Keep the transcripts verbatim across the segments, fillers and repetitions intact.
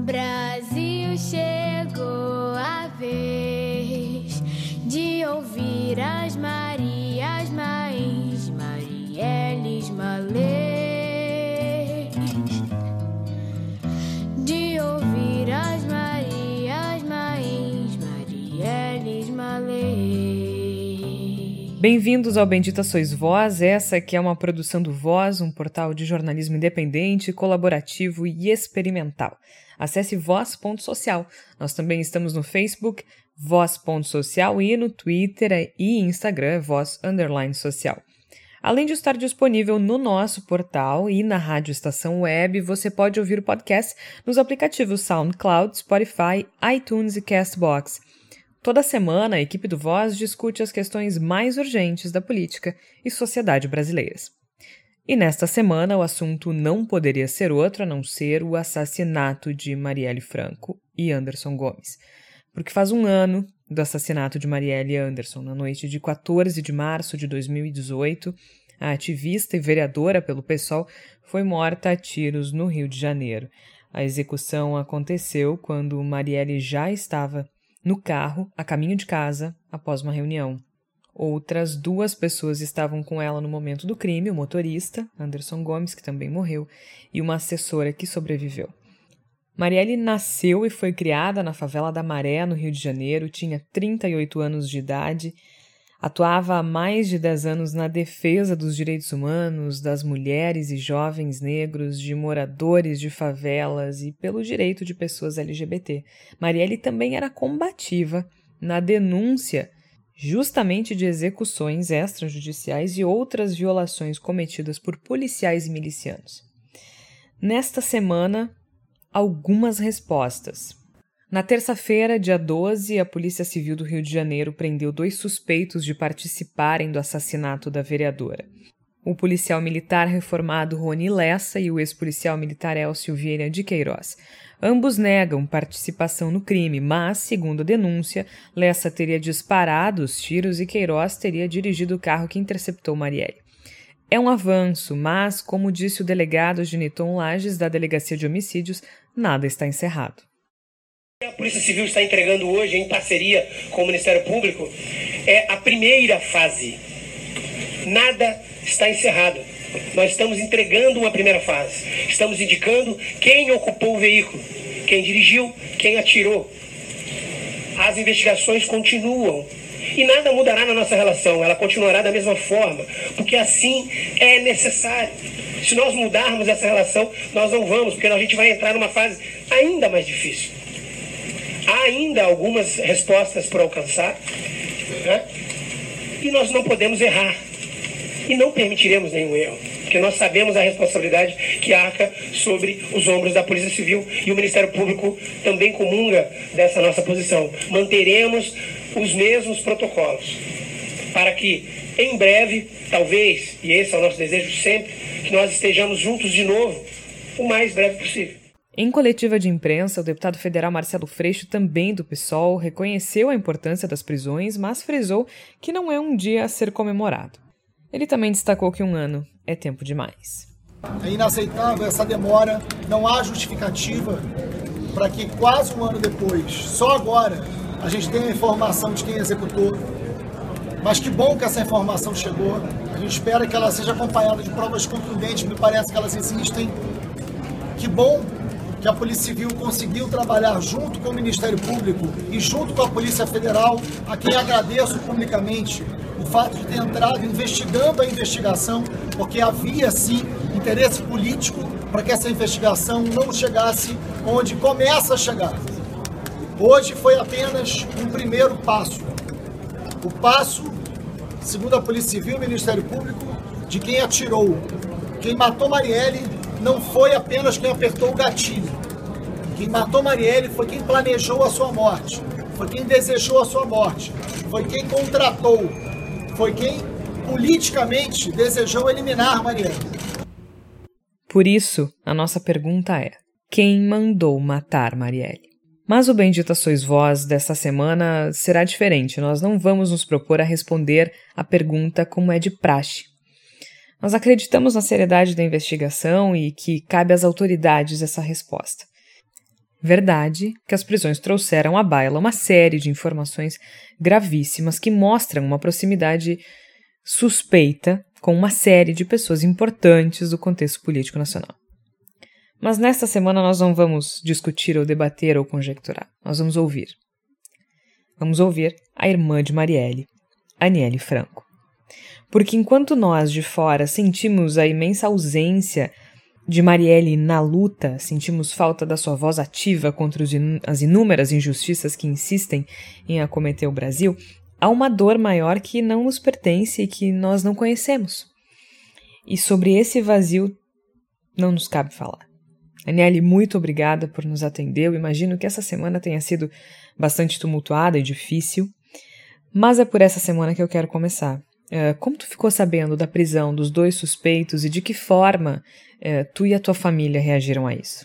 Brasil chegou a vez de ouvir as Marias, Mães, Marielles, Malês, de ouvir as Marias, Mães, Marielles, Malês. Bem-vindos ao Bendita Sois Voz, essa que é uma produção do Voz, um portal de jornalismo independente, colaborativo e experimental. Acesse voz ponto social. Nós também estamos no Facebook, voz ponto social, e no Twitter e Instagram, voz underline social. Além de estar disponível no nosso portal e na Rádio Estação Web, você pode ouvir o podcast nos aplicativos SoundCloud, Spotify, iTunes e Castbox. Toda semana, a equipe do Voz discute as questões mais urgentes da política e sociedade brasileiras. E nesta semana, o assunto não poderia ser outro a não ser o assassinato de Marielle Franco e Anderson Gomes. Porque faz um ano do assassinato de Marielle e Anderson, na noite de quatorze de março de dois mil e dezoito, a ativista e vereadora pelo PSOL foi morta a tiros no Rio de Janeiro. A execução aconteceu quando Marielle já estava no carro, a caminho de casa, após uma reunião. Outras duas pessoas estavam com ela no momento do crime, o motorista, Anderson Gomes, que também morreu, e uma assessora que sobreviveu. Marielle nasceu e foi criada na favela da Maré, no Rio de Janeiro, tinha trinta e oito anos de idade, atuava há mais de dez anos na defesa dos direitos humanos, das mulheres e jovens negros, de moradores de favelas e pelo direito de pessoas L G B T. Marielle também era combativa na denúncia justamente de execuções extrajudiciais e outras violações cometidas por policiais e milicianos. Nesta semana, algumas respostas. Na terça-feira, dia doze, a Polícia Civil do Rio de Janeiro prendeu dois suspeitos de participarem do assassinato da vereadora. O policial militar reformado Rony Lessa e o ex-policial militar Elcio Vieira de Queiroz. Ambos negam participação no crime, mas, segundo a denúncia, Lessa teria disparado os tiros e Queiroz teria dirigido o carro que interceptou Marielle. É um avanço, mas, como disse o delegado Geniton Lages da Delegacia de Homicídios, nada está encerrado. A Polícia Civil está entregando hoje, em parceria com o Ministério Público, é a primeira fase. Nada está encerrado. Nós estamos entregando uma primeira fase. Estamos indicando quem ocupou o veículo, quem dirigiu, quem atirou. As investigações continuam. E nada mudará na nossa relação, ela continuará da mesma forma, porque assim é necessário. Se nós mudarmos essa relação, nós não vamos, porque a gente vai entrar numa fase ainda mais difícil. Há ainda algumas respostas por alcançar, né? E nós não podemos errar. E não permitiremos nenhum erro, porque nós sabemos a responsabilidade que arca sobre os ombros da Polícia Civil e o Ministério Público também comunga dessa nossa posição. Manteremos os mesmos protocolos para que, em breve, talvez, e esse é o nosso desejo sempre, que nós estejamos juntos de novo o mais breve possível. Em coletiva de imprensa, o deputado federal Marcelo Freixo, também do PSOL, reconheceu a importância das prisões, mas frisou que não é um dia a ser comemorado. Ele também destacou que um ano é tempo demais. É inaceitável essa demora, não há justificativa para que quase um ano depois, só agora, a gente tenha a informação de quem executou. Mas que bom que essa informação chegou, a gente espera que ela seja acompanhada de provas contundentes, me parece que elas existem. Que bom que a Polícia Civil conseguiu trabalhar junto com o Ministério Público e junto com a Polícia Federal, a quem agradeço publicamente o fato de ter entrado investigando a investigação, porque havia, sim, interesse político para que essa investigação não chegasse onde começa a chegar. Hoje foi apenas um primeiro passo. O passo, segundo a Polícia Civil e o Ministério Público, de quem atirou. Quem matou Marielle não foi apenas quem apertou o gatilho. Quem matou Marielle foi quem planejou a sua morte, foi quem desejou a sua morte, foi quem contratou, foi quem politicamente desejou eliminar Marielle. Por isso, a nossa pergunta é: quem mandou matar Marielle? Mas o Bendita Sois Voz dessa semana será diferente. Nós não vamos nos propor a responder a pergunta como é de praxe. Nós acreditamos na seriedade da investigação e que cabe às autoridades essa resposta. Verdade que as prisões trouxeram à baila uma série de informações gravíssimas que mostram uma proximidade suspeita com uma série de pessoas importantes do contexto político nacional. Mas nesta semana nós não vamos discutir ou debater ou conjecturar, nós vamos ouvir. Vamos ouvir a irmã de Marielle, Aniele Franco. Porque enquanto nós de fora sentimos a imensa ausência de Marielle na luta, sentimos falta da sua voz ativa contra os in- as inúmeras injustiças que insistem em acometer o Brasil, há uma dor maior que não nos pertence e que nós não conhecemos. E sobre esse vazio não nos cabe falar. Aniele, muito obrigada por nos atender. Eu imagino que essa semana tenha sido bastante tumultuada e difícil, mas é por essa semana que eu quero começar. Uh, como tu ficou sabendo da prisão dos dois suspeitos e de que forma uh, tu e a tua família reagiram a isso?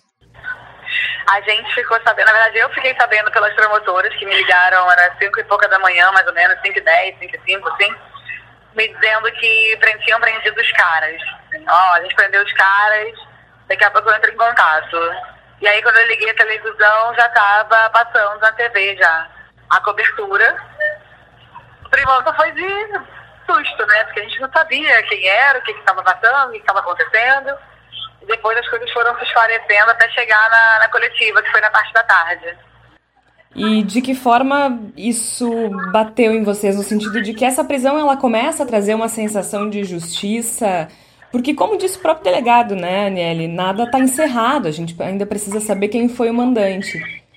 A gente ficou sabendo, na verdade eu fiquei sabendo pelas promotoras que me ligaram, era cinco e pouca da manhã, mais ou menos, cinco e dez, cinco e cinco, assim, me dizendo que tinham prendido os caras. Ó, oh, a gente prendeu os caras, daqui a pouco eu entro em contato. E aí quando eu liguei a televisão já estava passando na T V já a cobertura. O primeiro foi de susto, né? Porque a gente não sabia quem era, o que estava passando, o que estava acontecendo. E depois as coisas foram se esclarecendo até chegar na, na coletiva, que foi na parte da tarde. E de que forma isso bateu em vocês, no sentido de que essa prisão ela começa a trazer uma sensação de justiça? Porque, como disse o próprio delegado, né, Aniele, nada está encerrado, a gente ainda precisa saber quem foi o mandante.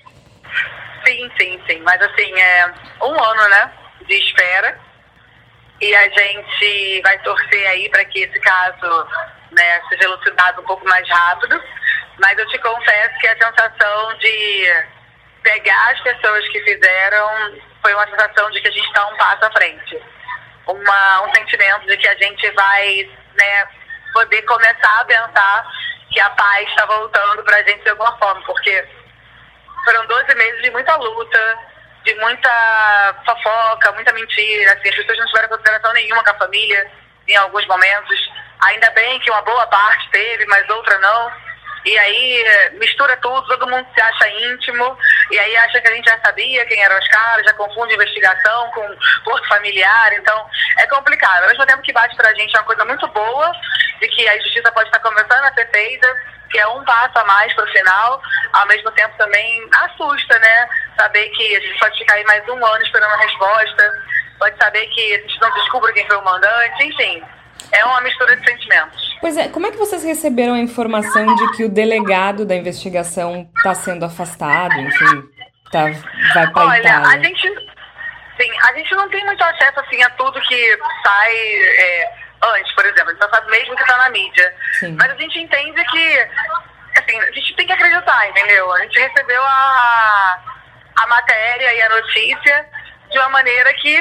Sim, sim, sim. Mas assim, é um ano, né, de espera. E a gente vai torcer aí para que esse caso, né, seja elucidado um pouco mais rápido. Mas eu te confesso que a sensação de pegar as pessoas que fizeram foi uma sensação de que a gente está um passo à frente. Uma, um sentimento de que a gente vai, né, poder começar a pensar que a paz está voltando para a gente de alguma forma. Porque foram doze meses de muita luta, de muita fofoca, muita mentira, assim, as pessoas não tiveram consideração nenhuma com a família em alguns momentos. Ainda bem que uma boa parte teve, mas outra não. E aí mistura tudo, todo mundo se acha íntimo, e aí acha que a gente já sabia quem eram os caras, já confunde investigação com porto familiar, então é complicado. Ao mesmo tempo que bate pra gente é uma coisa muito boa, de que a justiça pode estar começando a ser feita, que é um passo a mais pro final, ao mesmo tempo também assusta, né? Saber que a gente pode ficar aí mais um ano esperando a resposta, pode saber que a gente não descobre quem foi o mandante, enfim, é uma mistura de sentimentos. Pois é, como é que vocês receberam a informação de que o delegado da investigação está sendo afastado, enfim, tá, vai para a Itália? Olha, a gente, sim, a gente não tem muito acesso assim, a tudo que sai é, antes, por exemplo, a gente só sabe mesmo que está na mídia. Sim. Mas a gente entende que, assim, a gente tem que acreditar, entendeu? A gente recebeu a, a matéria e a notícia de uma maneira que,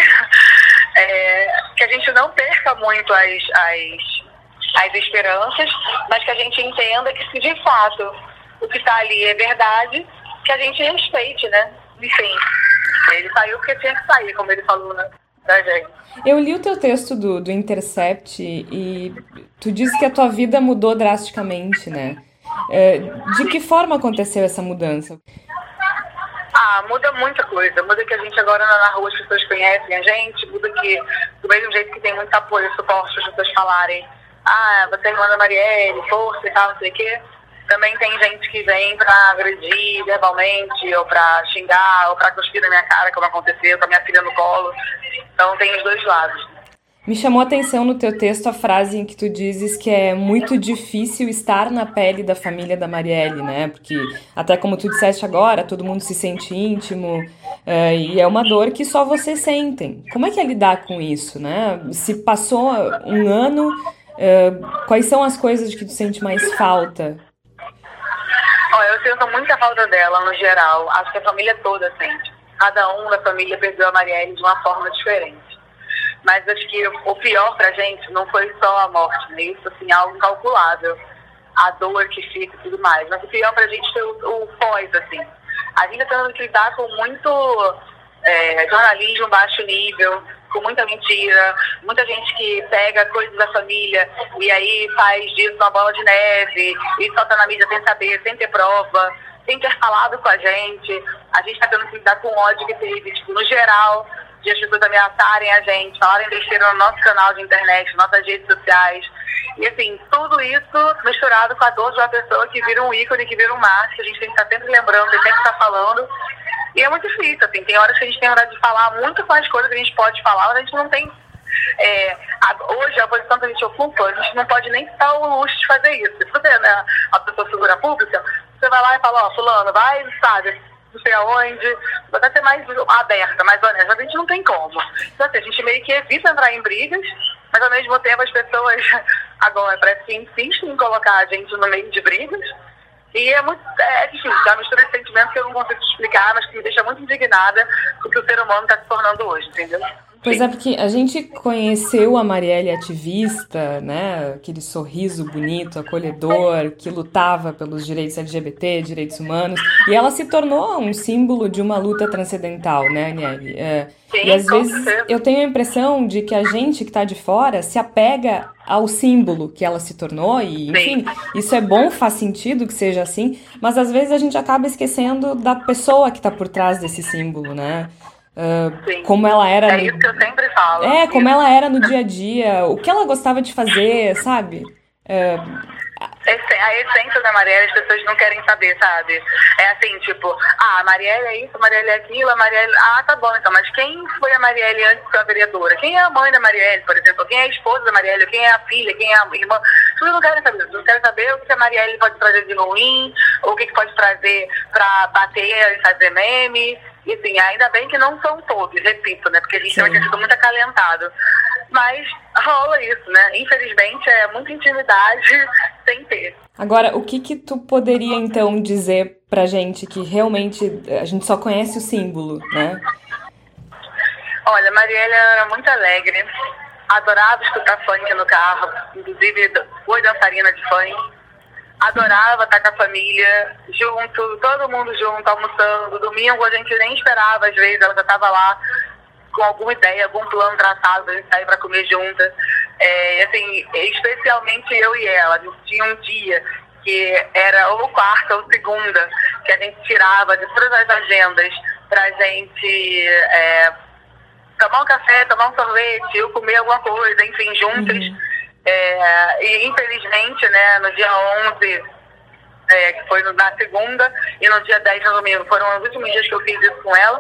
é, que a gente não perca muito as, as, as esperanças, mas que a gente entenda que se de fato o que está ali é verdade, que a gente respeite, né? Enfim, ele saiu porque tinha que sair, como ele falou, né, da gente. Eu li o teu texto do, do Intercept e tu disse que a tua vida mudou drasticamente, né? É, de que forma aconteceu essa mudança? Ah, muda muita coisa. Muda que a gente agora na rua as pessoas conhecem a gente, muda que do mesmo jeito que tem muito apoio, suporte, as pessoas falarem, ah, você é irmã da Marielle, força e tal, não sei o quê. Também tem gente que vem pra agredir verbalmente, ou pra xingar, ou pra cuspir na minha cara, como aconteceu com a minha filha no colo. Então tem os dois lados. Me chamou a atenção no teu texto a frase em que tu dizes que é muito difícil estar na pele da família da Marielle, né? Porque, até como tu disseste agora, todo mundo se sente íntimo, uh, e é uma dor que só vocês sentem. Como é que é lidar com isso, né? Se passou um ano, uh, quais são as coisas de que tu sente mais falta? Olha, eu sinto muita falta dela, no geral. Acho que a família toda sente. Cada um da família perdeu a Marielle de uma forma diferente. Mas acho que o pior pra gente não foi só a morte, né? Isso, assim, algo incalculável. A dor que fica e tudo mais. Mas o pior pra gente foi o, o pós, assim. A gente tá tendo que lidar com muito é, jornalismo baixo nível, com muita mentira, muita gente que pega coisas da família e aí faz disso uma bola de neve e solta na mídia sem saber, sem ter prova. intercalado com a gente. A gente está tendo que lidar com o ódio que teve, tipo, no geral, de as pessoas ameaçarem a gente, falarem besteira no nosso canal de internet, nossas redes sociais. E assim, tudo isso misturado com a dor de uma pessoa que vira um ícone, que vira um mar, que a gente tem que estar sempre lembrando, tem que sempre estar falando. E é muito difícil, assim, tem horas que a gente tem vontade de falar muito mais coisas que a gente pode falar, mas a gente não tem... É, a, hoje, a posição que a gente ocupa, a gente não pode nem dar o luxo de fazer isso. Se você é, né, uma pessoa figura pública, você vai lá e fala, ó, fulano, vai, sabe, não sei aonde, vai até ser mais aberta, mais honesta, mas a gente não tem como. Então, assim, a gente meio que evita entrar em brigas, mas ao mesmo tempo as pessoas agora parece que insistem em colocar a gente no meio de brigas. E é muito é difícil, é uma mistura de sentimentos que eu não consigo te explicar, mas que me deixa muito indignada com o que o ser humano está se tornando hoje, entendeu? Pois é, porque a gente conheceu a Marielle ativista, né? Aquele sorriso bonito, acolhedor, que lutava pelos direitos L G B T, direitos humanos, e ela se tornou um símbolo de uma luta transcendental, né, Aniele? É, Sim, e às vezes certeza. eu tenho a impressão de que a gente que está de fora se apega ao símbolo que ela se tornou, e enfim, Sim. isso é bom, faz sentido que seja assim, mas às vezes a gente acaba esquecendo da pessoa que está por trás desse símbolo, né? Uh, como ela era é no... isso que eu sempre falo. É, isso. como ela era no dia a dia, o que ela gostava de fazer, sabe? Uh... A essência da Marielle as pessoas não querem saber, sabe? É assim, tipo, ah, a Marielle é isso, a Marielle é aquilo, a Marielle... Ah, tá bom, então, mas quem foi a Marielle antes de ser a vereadora? Quem é a mãe da Marielle, por exemplo? Quem é a esposa da Marielle? Quem é a filha? Quem é a irmã? Tudo não querem saber. Não querem saber o que a Marielle pode trazer de ruim, ou o que pode trazer pra bater e fazer meme. E assim, ainda bem que não são todos, repito, né? Porque a gente também tem sido muito acalentado. Mas rola isso, né? Infelizmente é muita intimidade sem ter. Agora, o que que tu poderia então dizer pra gente que realmente a gente só conhece o símbolo, né? Olha, Marielle era muito alegre, adorava escutar funk no carro, inclusive foi dançarina de funk. Adorava estar com a família, junto, todo mundo junto, almoçando. Domingo a gente nem esperava, às vezes, ela já estava lá com alguma ideia, algum plano traçado pra gente sair para comer juntas. É, assim, especialmente eu e ela. A gente tinha um dia que era ou quarta ou segunda, que a gente tirava de todas as agendas pra gente é, tomar um café, tomar um sorvete, ou comer alguma coisa, enfim, juntas. Uhum. É, e infelizmente, né, no dia onze, é, que foi na segunda, e no dia dez, no domingo, foram os últimos dias que eu fiz isso com ela.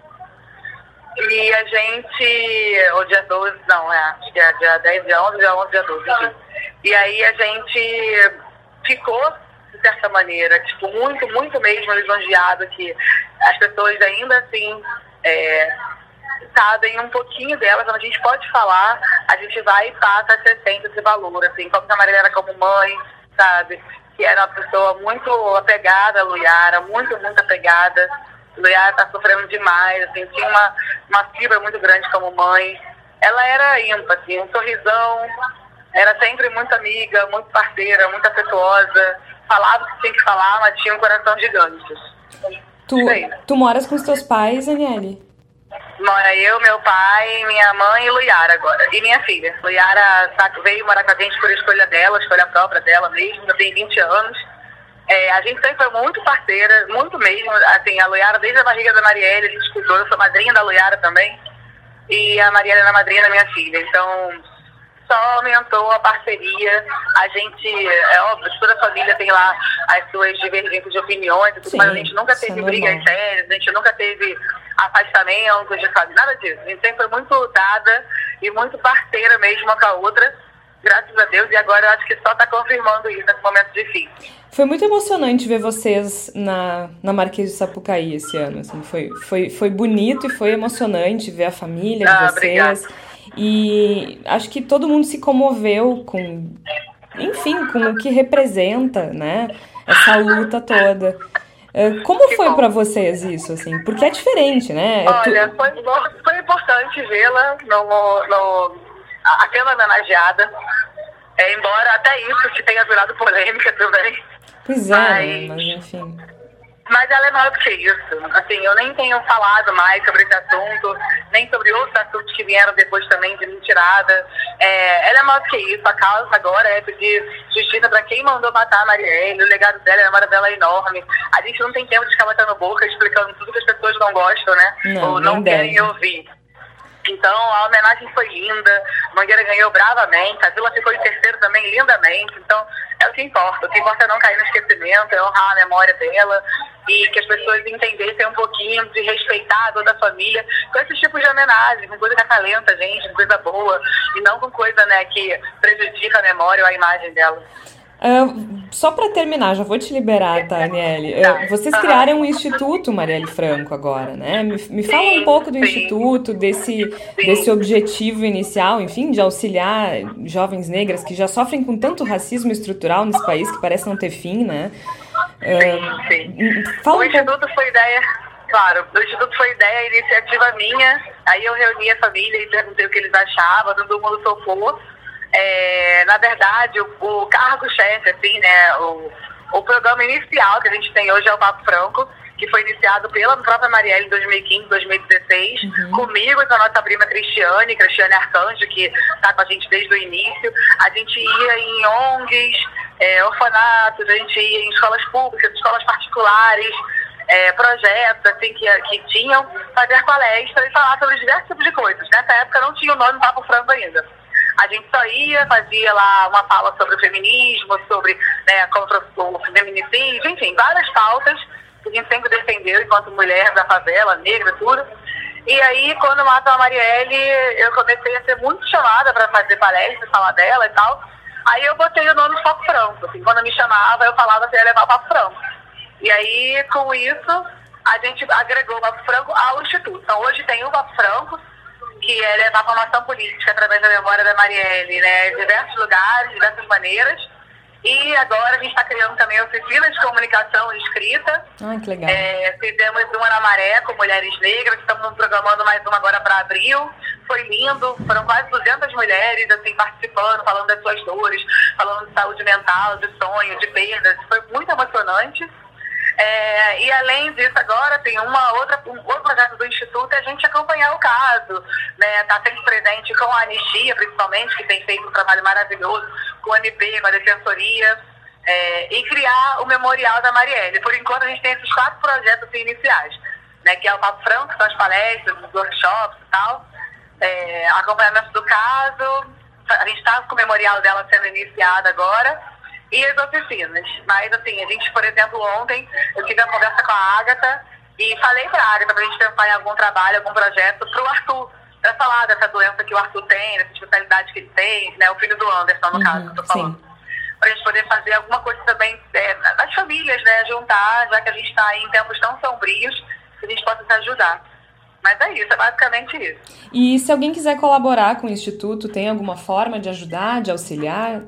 E a gente, ou dia doze, não, é, acho que é dia dez, dia onze, dia onze, dia doze, enfim. E aí a gente ficou, de certa maneira, tipo, muito, muito mesmo lisonjeado que as pessoas ainda assim... É, sabem um pouquinho dela, quando a gente pode falar, a gente vai e passa a sessenta esse valor, assim, como a Marielle era como mãe, sabe, que era uma pessoa muito apegada a Luiara, muito, muito apegada. Luiara tá sofrendo demais, assim, tinha uma, uma fibra muito grande como mãe. Ela era ímpar, assim, um sorrisão, era sempre muito amiga, muito parceira, muito afetuosa, falava o que tinha que falar, mas tinha um coração gigante. Tu, tu moras com os teus pais, Aniele? Mora eu, meu pai, minha mãe e Luiara agora. E minha filha. Luiara tá, veio morar com a gente por escolha dela, escolha própria dela mesmo. Eu tenho vinte anos. É, a gente sempre foi muito parceira, muito mesmo. Assim, a Luiara, desde a barriga da Marielle, a gente cuidou. Eu sou madrinha da Luiara também. E a Marielle era madrinha da minha filha. Então, só aumentou a parceria. A gente, é óbvio, toda a família tem lá as suas divergências de opiniões, tudo, mas a gente nunca teve brigas sérias, a gente nunca teve afastamentos, de família, nada disso. A gente sempre foi muito dada e muito parceira mesmo uma com a outra, graças a Deus, e agora eu acho que só está confirmando isso nesse momento difícil. Foi muito emocionante ver vocês na, na Marquês de Sapucaí esse ano, assim, foi, foi, foi bonito e foi emocionante ver a família de ah, vocês. Obrigada. E acho que todo mundo se comoveu com, enfim, com o que representa, né, essa luta toda. Como que foi para vocês isso, assim? Porque é diferente, né? Olha, tu... foi, foi importante vê-la no, no, aquela homenageada, é, embora até isso que tenha virado polêmica também. Pois é, mas, mas enfim. Mas ela é maior do que isso. Assim, eu nem tenho falado mais sobre esse assunto, nem sobre outros assuntos que vieram depois também de mentirada. É, ela é maior do que isso. A causa agora é pedir justiça para quem mandou matar a Marielle. O legado dela, a memória dela é enorme. A gente não tem tempo de ficar batendo boca, explicando tudo que as pessoas não gostam, né? Não, ou não, não querem deve. ouvir. Então, a homenagem foi linda, Mangueira ganhou bravamente, a Vila ficou em terceiro também lindamente, então é o que importa. O que importa é não cair no esquecimento, é honrar a memória dela e que as pessoas entendessem um pouquinho de respeitar toda a família com esses tipos de homenagem, com coisa que acalenta a gente, com coisa boa, e não com coisa, né, que prejudica a memória ou a imagem dela. Uh, só para terminar, já vou te liberar, tá, Aniele? Uh, vocês criaram um Instituto Marielle Franco agora, né? Me, me fala um pouco do sim. Instituto, desse, desse objetivo inicial, enfim, de auxiliar jovens negras que já sofrem com tanto racismo estrutural nesse país que parece não ter fim, né? Uh, sim, sim. Fala o um Instituto pouco... foi ideia, claro, o Instituto foi ideia, iniciativa minha, aí eu reuni a família e perguntei o que eles achavam, todo mundo topou. É, na verdade, o, o cargo-chefe, assim, né, o, o programa inicial que a gente tem hoje é o Papo Franco, que foi iniciado pela própria Marielle em dois mil e quinze, dois mil e dezesseis, uhum. comigo e com a nossa prima Cristiane, Cristiane Arcanjo, que está com a gente desde o início. A gente ia em O N Gs, é, orfanatos, a gente ia em escolas públicas, escolas particulares, é, projetos assim, que, que tinham, fazer palestras e falar sobre diversos tipos de coisas. Nessa época não tinha o nome Papo Franco ainda. A gente só ia, fazia lá uma fala sobre o feminismo, sobre, né, contra o feminicídio, enfim, várias pautas que a gente sempre defendeu enquanto mulher da favela, negra, tudo. E aí, quando matam a Marielle, eu comecei a ser muito chamada para fazer palestras, falar dela e tal. Aí eu botei o nome de Papo Franco. Assim, quando me chamava, eu falava que ia levar o Papo Franco. E aí, com isso, a gente agregou o Papo Franco ao Instituto. Então, hoje tem o Papo Franco, que é levar a formação política através da memória da Marielle, né, em diversos lugares, de diversas maneiras. E agora a gente está criando também oficinas de comunicação e escrita. Ah, que legal. É, fizemos uma na Maré com mulheres negras, estamos programando mais uma agora para abril. Foi lindo, foram quase duzentas mulheres assim, participando, falando das suas dores, falando de saúde mental, de sonhos, de perdas. Foi muito emocionante. É, e além disso agora tem uma outra, um outro projeto do Instituto é a gente acompanhar o caso, né, tá sempre presente com a Anistia principalmente, que tem feito um trabalho maravilhoso com o M P, com a Defensoria, é, e criar o Memorial da Marielle. Por enquanto a gente tem esses quatro projetos iniciais, né, que é o Papo Franco, que são as palestras, os workshops e tal, é, acompanhamento do caso, a gente está com o memorial dela sendo iniciado agora, e as oficinas. Mas, assim, a gente, por exemplo, ontem, eu tive uma conversa com a Ágata e falei pra Ágata pra gente pensar em algum trabalho, algum projeto pro Arthur, pra falar dessa doença que o Arthur tem, dessa especialidade que ele tem, né, o filho do Anderson, no uhum, caso, que eu tô falando. sim. Pra gente poder fazer alguma coisa também é, das famílias, né, juntar, já que a gente tá aí em tempos tão sombrios, que a gente possa se ajudar. Mas é isso, é basicamente isso. E se alguém quiser colaborar com o Instituto, tem alguma forma de ajudar, de auxiliar?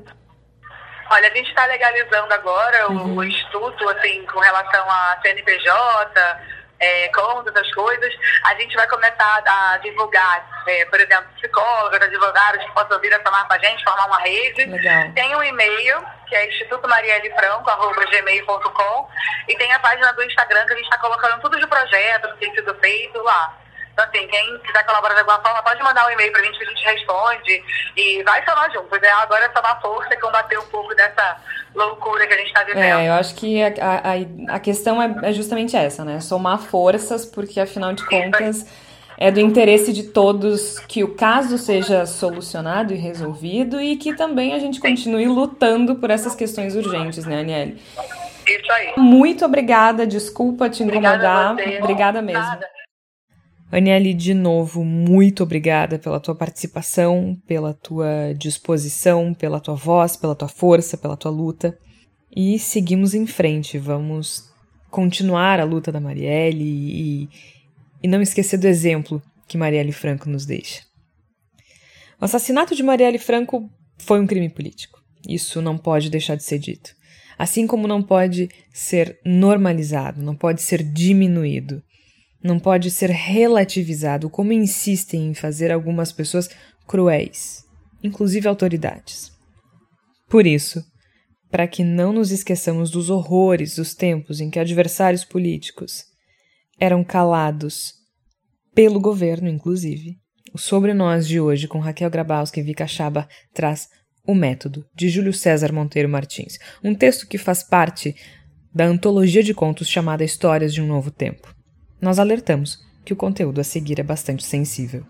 Olha, a gente está legalizando agora uhum. o, o Instituto, assim, com relação a C N P J, é, contas, essas coisas. A gente vai começar a divulgar, é, por exemplo, psicólogos, advogados que possam vir a falar com a gente, formar uma rede. Legal. Tem um e-mail, que é instituto marielle franco arroba gmail ponto com, e tem a página do Instagram que a gente está colocando tudo de projeto, que tem sido feito lá. Então, assim, quem quiser colaborar de alguma forma, pode mandar um e-mail pra gente que a gente responde e vai somar junto. Né? Agora é somar força e combater um pouco dessa loucura que a gente tá vivendo. É, eu acho que a, a, a questão é, é justamente essa, né? Somar forças, porque afinal de contas é do interesse de todos que o caso seja solucionado e resolvido e que também a gente continue lutando por essas questões urgentes, né, Aniele? Isso aí. Muito obrigada, desculpa te incomodar. Obrigada, obrigada mesmo. Nada. Aniele, de novo, muito obrigada pela tua participação, pela tua disposição, pela tua voz, pela tua força, pela tua luta. E seguimos em frente, vamos continuar a luta da Marielle e, e não esquecer do exemplo que Marielle Franco nos deixa. O assassinato de Marielle Franco foi um crime político. Isso não pode deixar de ser dito. Assim como não pode ser normalizado, não pode ser diminuído. Não pode ser relativizado, como insistem em fazer algumas pessoas cruéis, inclusive autoridades. Por isso, para que não nos esqueçamos dos horrores dos tempos em que adversários políticos eram calados pelo governo, inclusive. O Sobre Nós de hoje, com Raquel Grabowska e Vika Chaba, traz O Método, de Júlio César Monteiro Martins, um texto que faz parte da antologia de contos chamada Histórias de um Novo Tempo. Nós alertamos que o conteúdo a seguir é bastante sensível.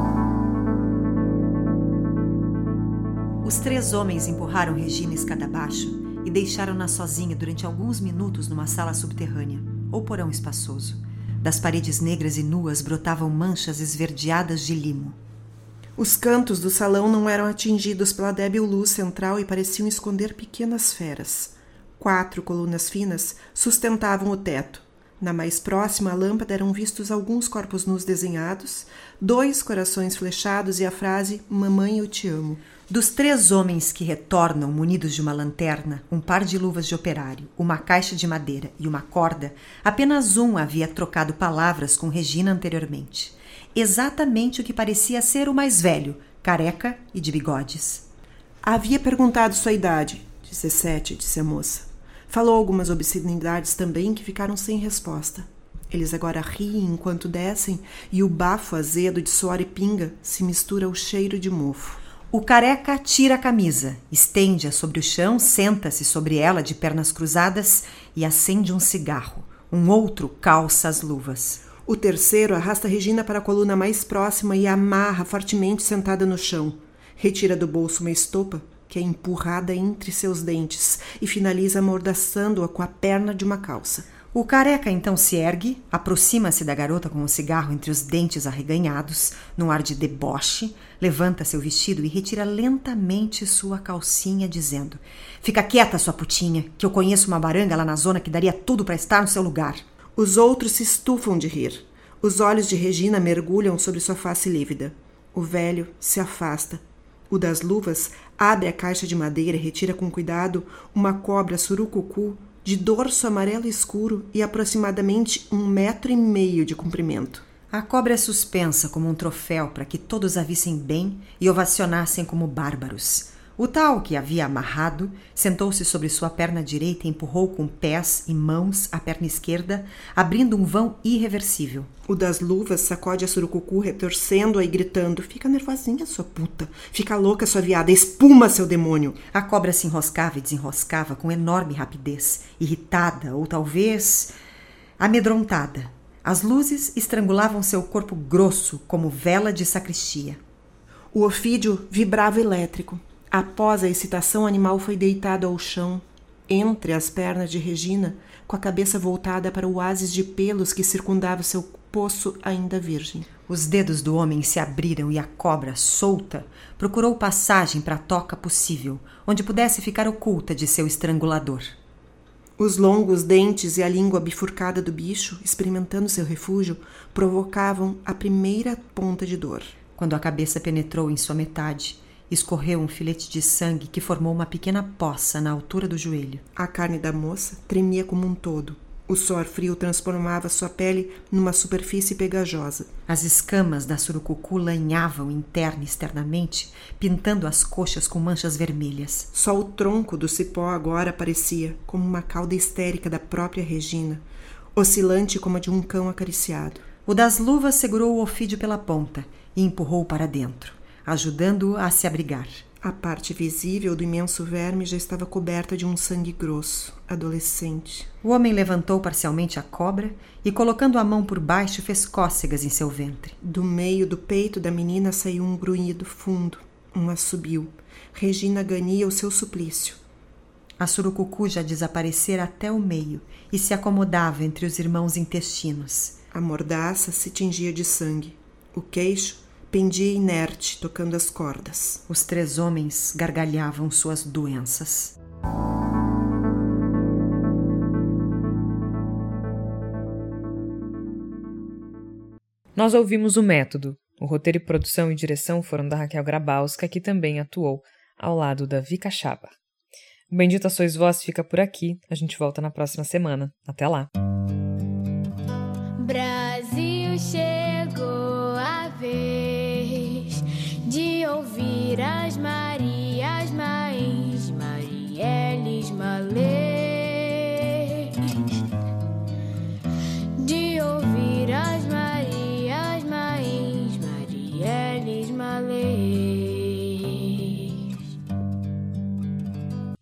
Os três homens empurraram Regina escada abaixo e deixaram-na sozinha durante alguns minutos numa sala subterrânea, ou porão espaçoso. Das paredes negras e nuas brotavam manchas esverdeadas de limo. Os cantos do salão não eram atingidos pela débil luz central e pareciam esconder pequenas feras. Quatro colunas finas sustentavam o teto. Na mais próxima lâmpada eram vistos alguns corpos nus desenhados, dois corações flechados e a frase "Mamãe, eu te amo". Dos três homens que retornam munidos de uma lanterna, um par de luvas de operário, uma caixa de madeira e uma corda, apenas um havia trocado palavras com Regina anteriormente. Exatamente o que parecia ser o mais velho, careca e de bigodes. Havia perguntado sua idade. dezessete, disse a moça. Falou algumas obscenidades também que ficaram sem resposta. Eles agora riem enquanto descem e o bafo azedo de suor e pinga se mistura ao cheiro de mofo. O careca tira a camisa, estende-a sobre o chão, senta-se sobre ela de pernas cruzadas e acende um cigarro. Um outro calça as luvas. O terceiro arrasta Regina para a coluna mais próxima e a amarra fortemente sentada no chão. Retira do bolso uma estopa, que é empurrada entre seus dentes, e finaliza amordaçando-a com a perna de uma calça. O careca então se ergue, aproxima-se da garota com um cigarro entre os dentes arreganhados, num ar de deboche, levanta seu vestido e retira lentamente sua calcinha, dizendo: "Fica quieta, sua putinha, que eu conheço uma baranga lá na zona que daria tudo para estar no seu lugar." Os outros se estufam de rir. Os olhos de Regina mergulham sobre sua face lívida. O velho se afasta. O das luvas abre a caixa de madeira e retira com cuidado uma cobra surucucu de dorso amarelo escuro e aproximadamente um metro e meio de comprimento. A cobra é suspensa como um troféu para que todos a vissem bem e ovacionassem como bárbaros. O tal que havia amarrado sentou-se sobre sua perna direita e empurrou com pés e mãos a perna esquerda, abrindo um vão irreversível. O das luvas sacode a surucucu, retorcendo-a e gritando: "Fica nervosinha, sua puta! Fica louca, sua viada! Espuma, seu demônio!" A cobra se enroscava e desenroscava com enorme rapidez, irritada ou talvez amedrontada. As luzes estrangulavam seu corpo grosso como vela de sacristia. O ofídio vibrava elétrico. Após a excitação, o animal foi deitado ao chão, entre as pernas de Regina, com a cabeça voltada para o oásis de pelos que circundava seu poço ainda virgem. Os dedos do homem se abriram e a cobra, solta, procurou passagem para a toca possível, onde pudesse ficar oculta de seu estrangulador. Os longos dentes e a língua bifurcada do bicho, experimentando seu refúgio, provocavam a primeira ponta de dor. Quando a cabeça penetrou em sua metade, escorreu um filete de sangue que formou uma pequena poça na altura do joelho. A carne da moça tremia como um todo. O suor frio transformava sua pele numa superfície pegajosa. As escamas da surucucu lanhavam interna e externamente, pintando as coxas com manchas vermelhas. Só o tronco do cipó agora aparecia como uma cauda histérica da própria Regina, oscilante como a de um cão acariciado. O das luvas segurou o ofídio pela ponta e empurrou para dentro, ajudando-o a se abrigar. A parte visível do imenso verme já estava coberta de um sangue grosso, adolescente. O homem levantou parcialmente a cobra e, colocando a mão por baixo, fez cócegas em seu ventre. Do meio do peito da menina saiu um grunhido fundo, um assobio. Regina ganhia o seu suplício. A surucucu já desaparecera até o meio e se acomodava entre os irmãos intestinos. A mordaça se tingia de sangue. O queixo pendia inerte, tocando as cordas. Os três homens gargalhavam suas doenças. Nós ouvimos O Método. O roteiro e produção e direção foram da Raquel Grabowska, que também atuou ao lado da Vika Chaba. O Bendita Sois Vós fica por aqui. A gente volta na próxima semana. Até lá! Brasil, chegou a vez de ouvir as Marias, Mães, Marielles, mesma lei.